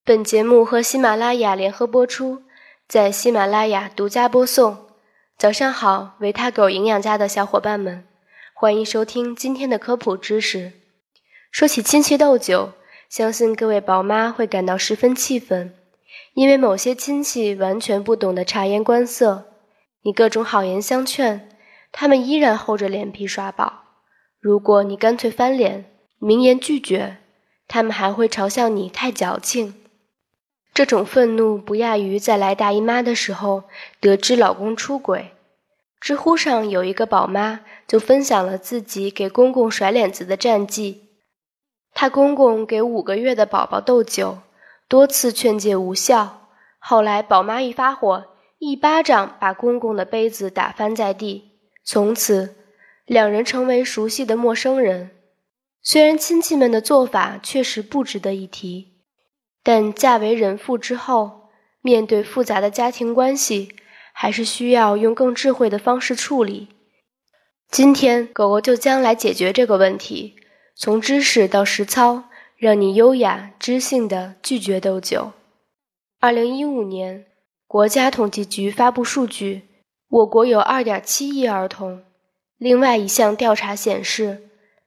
本节目和喜马拉雅联合播出，在喜马拉雅独家播送。早上好，维他狗营养家的小伙伴们，欢迎收听今天的科普知识。说起亲戚斗酒，相信各位宝妈会感到十分气愤，因为某些亲戚完全不懂得察言观色，你各种好言相劝，他们依然厚着脸皮耍宝。如果你干脆翻脸，明言拒绝，他们还会嘲笑你太矫情。这种愤怒不亚于在来大姨妈的时候得知老公出轨。知乎上有一个宝妈就分享了自己给公公甩脸子的战绩。她公公给5个月的宝宝斗酒，多次劝诫无效，后来宝妈一发火，一巴掌把公公的杯子打翻在地，从此两人成为熟悉的陌生人。虽然亲戚们的做法确实不值得一提，但嫁为人妇之后，面对复杂的家庭关系，还是需要用更智慧的方式处理。今天狗狗就将来解决这个问题，从知识到实操，让你优雅知性地拒绝斗酒。2015年，国家统计局发布数据，我国有 2.7 亿儿童。另外一项调查显示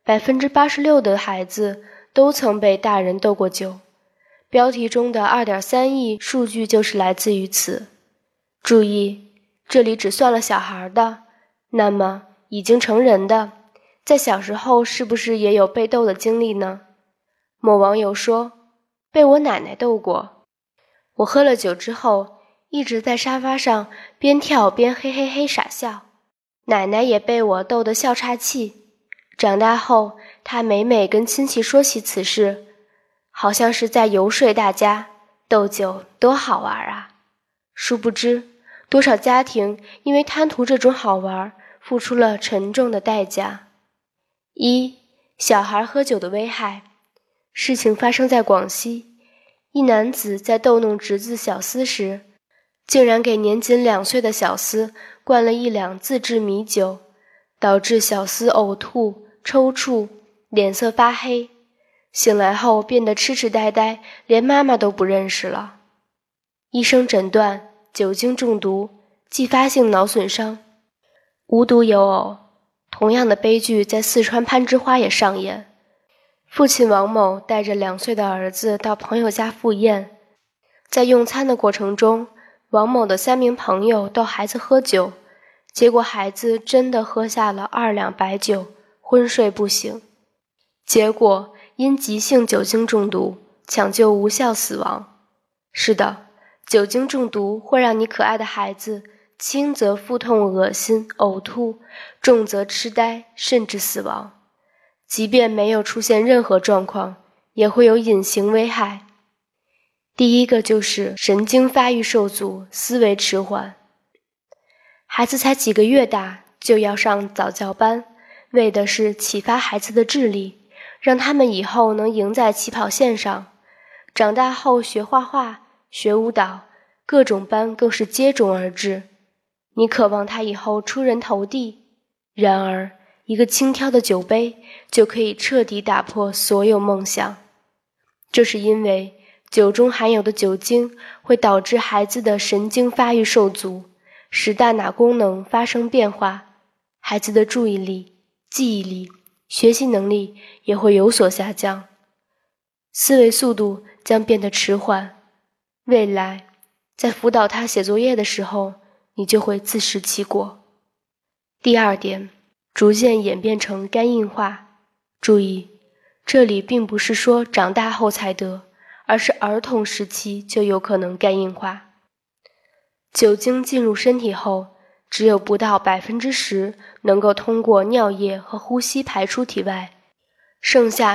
，86%的孩子都曾被大人斗过酒。标题中的 2.3 亿数据就是来自于此。注意，这里只算了小孩的，那么已经成人的，在小时候是不是也有被斗的经历呢？某网友说，被我奶奶斗过。我喝了酒之后，一直在沙发上边跳边嘿嘿嘿傻笑，奶奶也被我斗得笑岔气。长大后，她每每跟亲戚说起此事，好像是在游说大家，斗酒多好玩啊！殊不知，多少家庭因为贪图这种好玩，付出了沉重的代价。小孩喝酒的危害。事情发生在广西，一男子在逗弄侄子小思时，竟然给年仅2岁的小思灌了1两自制米酒，导致小思呕吐、抽搐，脸色发黑。醒来后变得痴痴呆呆，连妈妈都不认识了。医生诊断酒精中毒，继发性脑损伤。无独有偶，同样的悲剧在四川攀枝花也上演。父亲王某带着2岁的儿子到朋友家赴宴，在用餐的过程中，王某的3名朋友逗孩子喝酒，结果孩子真的喝下了2两白酒，昏睡不醒。结果因急性酒精中毒，抢救无效死亡。是的，酒精中毒会让你可爱的孩子轻则腹痛、恶心、呕吐，重则痴呆，甚至死亡。即便没有出现任何状况，也会有隐形危害。第一个就是神经发育受阻，思维迟缓。孩子才几个月大就要上早教班，为的是启发孩子的智力，让他们以后能赢在起跑线上。长大后学画画、学舞蹈，各种班更是接踵而至。你渴望他以后出人头地，然而一个轻佻的酒杯就可以彻底打破所有梦想。这是因为酒中含有的酒精会导致孩子的神经发育受阻，使大脑功能发生变化，孩子的注意力、记忆力、学习能力也会有所下降，思维速度将变得迟缓。未来在辅导他写作业的时候，你就会自食其果。第二点，逐渐演变成肝硬化。注意，这里并不是说长大后才得，而是儿童时期就有可能肝硬化。酒精进入身体后，只有不到 10% 能够通过尿液和呼吸排出体外，剩下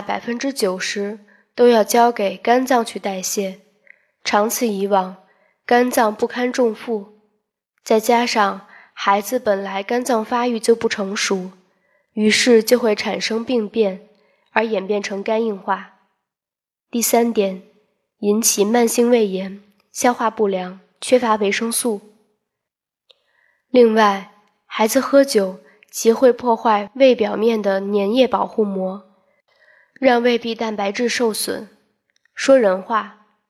90% 都要交给肝脏去代谢。长此以往，肝脏不堪重负，再加上孩子本来肝脏发育就不成熟，于是就会产生病变，而演变成肝硬化。第三点，引起慢性胃炎、消化不良、缺乏维生素。另外，孩子喝酒其会破坏胃表面的粘液保护膜，让胃壁蛋白质受损。说人话，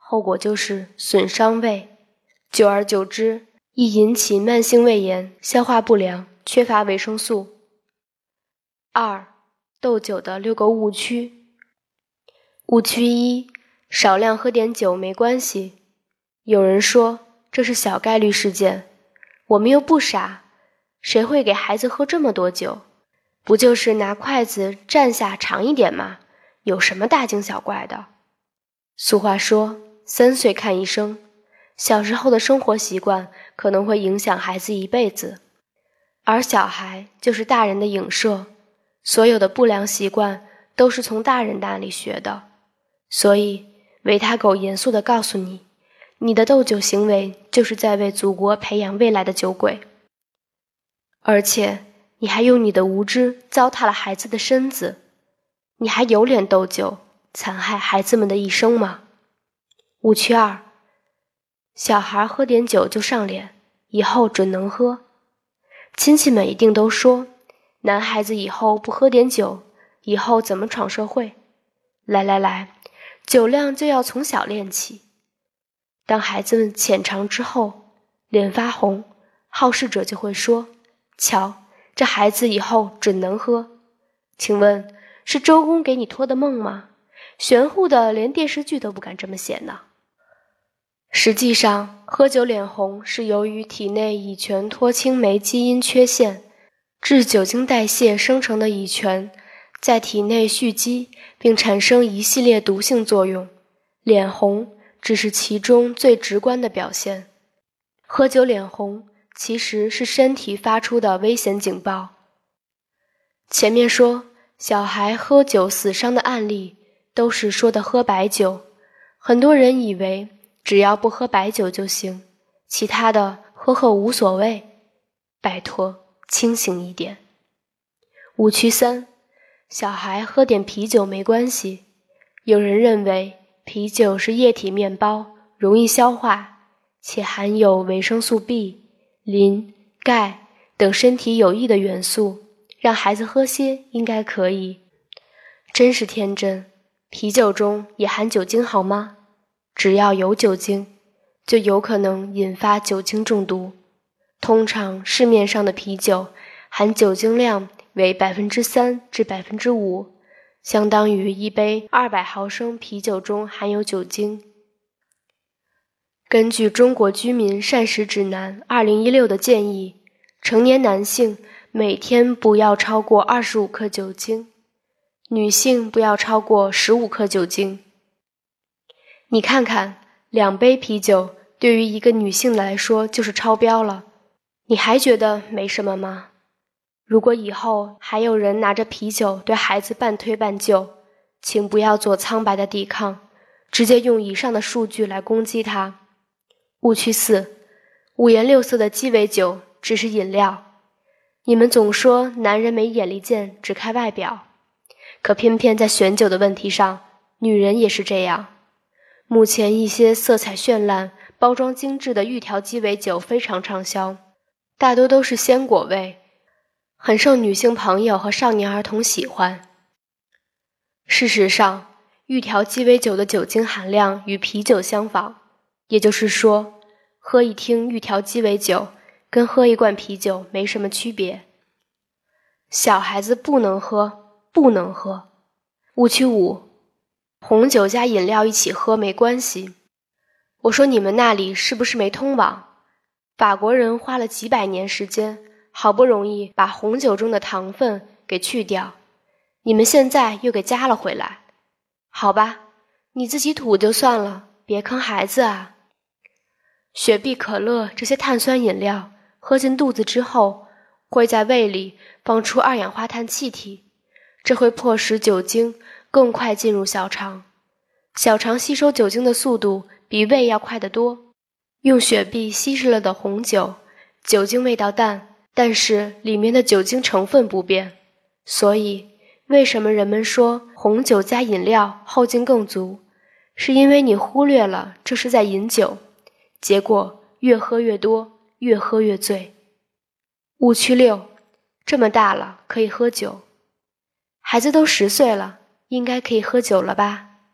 后果就是损伤胃，久而久之易引起慢性胃炎、消化不良、缺乏维生素。2. 斗酒的6个误区。误区1，少量喝点酒没关系。有人说这是小概率事件，我们又不傻，谁会给孩子喝这么多酒？不就是拿筷子蘸下尝一点吗？有什么大惊小怪的？俗话说3岁看医生，小时候的生活习惯可能会影响孩子一辈子，而小孩就是大人的影射，所有的不良习惯都是从大人那里学的。所以维他狗严肃地告诉你，你的斗酒行为就是在为祖国培养未来的酒鬼，而且你还用你的无知糟蹋了孩子的身子，你还有脸斗酒，残害孩子们的一生吗？误区2，小孩喝点酒就上脸，以后准能喝。亲戚们一定都说，男孩子以后不喝点酒，以后怎么闯社会？来，酒量就要从小练起。当孩子们浅尝之后，脸发红，好事者就会说，瞧，这孩子以后准能喝。请问，是周公给你托的梦吗？玄乎的连电视剧都不敢这么写呢。实际上，喝酒脸红是由于体内乙醛脱氢酶基因缺陷，致酒精代谢生成的乙醛在体内蓄积，并产生一系列毒性作用。脸红只是其中最直观的表现。喝酒脸红其实是身体发出的危险警报。前面说小孩喝酒死伤的案例都是说的喝白酒，很多人以为只要不喝白酒就行，其他的喝无所谓。拜托，清醒一点。误区3，小孩喝点啤酒没关系。有人认为啤酒是液体面包，容易消化，且含有维生素 B、磷、钙等身体有益的元素，让孩子喝些应该可以。真是天真，啤酒中也含酒精好吗？只要有酒精，就有可能引发酒精中毒。通常市面上的啤酒含酒精量为 3% 至 5%， 相当于一杯200毫升啤酒中含有酒精。根据中国居民膳食指南2016的建议，成年男性每天不要超过25克酒精，女性不要超过15克酒精。你看看，2杯啤酒对于一个女性来说就是超标了，你还觉得没什么吗？如果以后还有人拿着啤酒对孩子半推半就，请不要做苍白的抵抗，直接用以上的数据来攻击他。误区4，五颜六色的鸡尾酒只是饮料。你们总说男人没眼力见，只看外表，可偏偏在选酒的问题上，女人也是这样。目前一些色彩绚烂、包装精致的预调鸡尾酒非常畅销，大多都是鲜果味，很受女性朋友和少年儿童喜欢。事实上，预调鸡尾酒的酒精含量与啤酒相仿，也就是说，喝一听预调鸡尾酒跟喝一罐啤酒没什么区别。小孩子不能喝，不能喝。误区5，红酒加饮料一起喝没关系。我说你们那里是不是没通网？法国人花了几百年时间，好不容易把红酒中的糖分给去掉，你们现在又给加了回来。好吧，你自己吐就算了，别坑孩子啊。雪碧、可乐这些碳酸饮料喝进肚子之后，会在胃里放出二氧化碳气体，这会迫使酒精更快进入小肠。小肠吸收酒精的速度比胃要快得多。用雪碧稀释了的红酒，酒精味道淡，但是里面的酒精成分不变。所以为什么人们说红酒加饮料后劲更足，是因为你忽略了这是在饮酒，结果越喝越多，越喝越醉。误区6，这么大了可以喝酒。孩子都10岁了，应该可以喝酒了吧？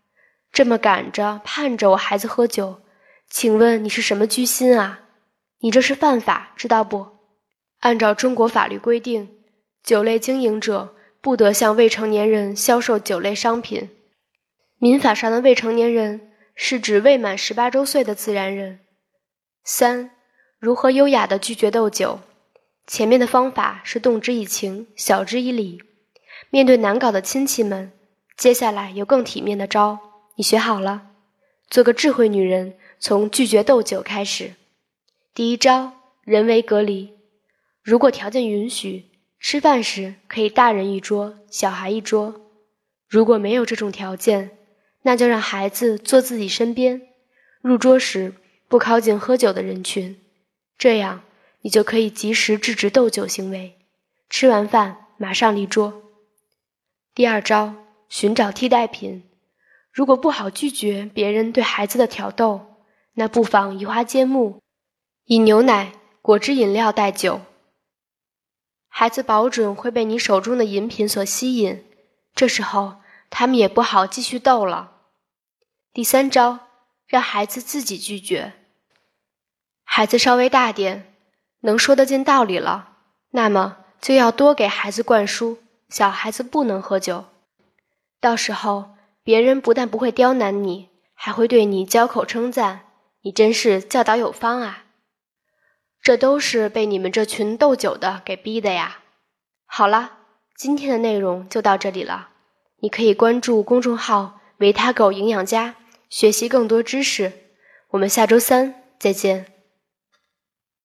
这么赶着盼着我孩子喝酒，请问你是什么居心啊？你这是犯法，知道不？按照中国法律规定，酒类经营者不得向未成年人销售酒类商品。民法上的未成年人是指未满18周岁的自然人。3. 如何优雅地拒绝斗酒？前面的方法是动之以情，晓之以理。面对难搞的亲戚们，接下来有更体面的招，你学好了？做个智慧女人，从拒绝斗酒开始。第一招，人为隔离。如果条件允许，吃饭时可以大人一桌，小孩一桌。如果没有这种条件，那就让孩子坐自己身边，入桌时不靠近喝酒的人群，这样你就可以及时制止斗酒行为。吃完饭马上离桌。第二招，寻找替代品。如果不好拒绝别人对孩子的挑逗，那不妨移花接木，以牛奶、果汁饮料代酒。孩子保准会被你手中的饮品所吸引，这时候他们也不好继续斗了。第三招，让孩子自己拒绝。孩子稍微大点，能说得进道理了，那么就要多给孩子灌输小孩子不能喝酒。到时候别人不但不会刁难你，还会对你交口称赞，你真是教导有方啊。这都是被你们这群斗酒的给逼的呀。好了，今天的内容就到这里了，你可以关注公众号维他狗营养家，学习更多知识。我们下周3再见。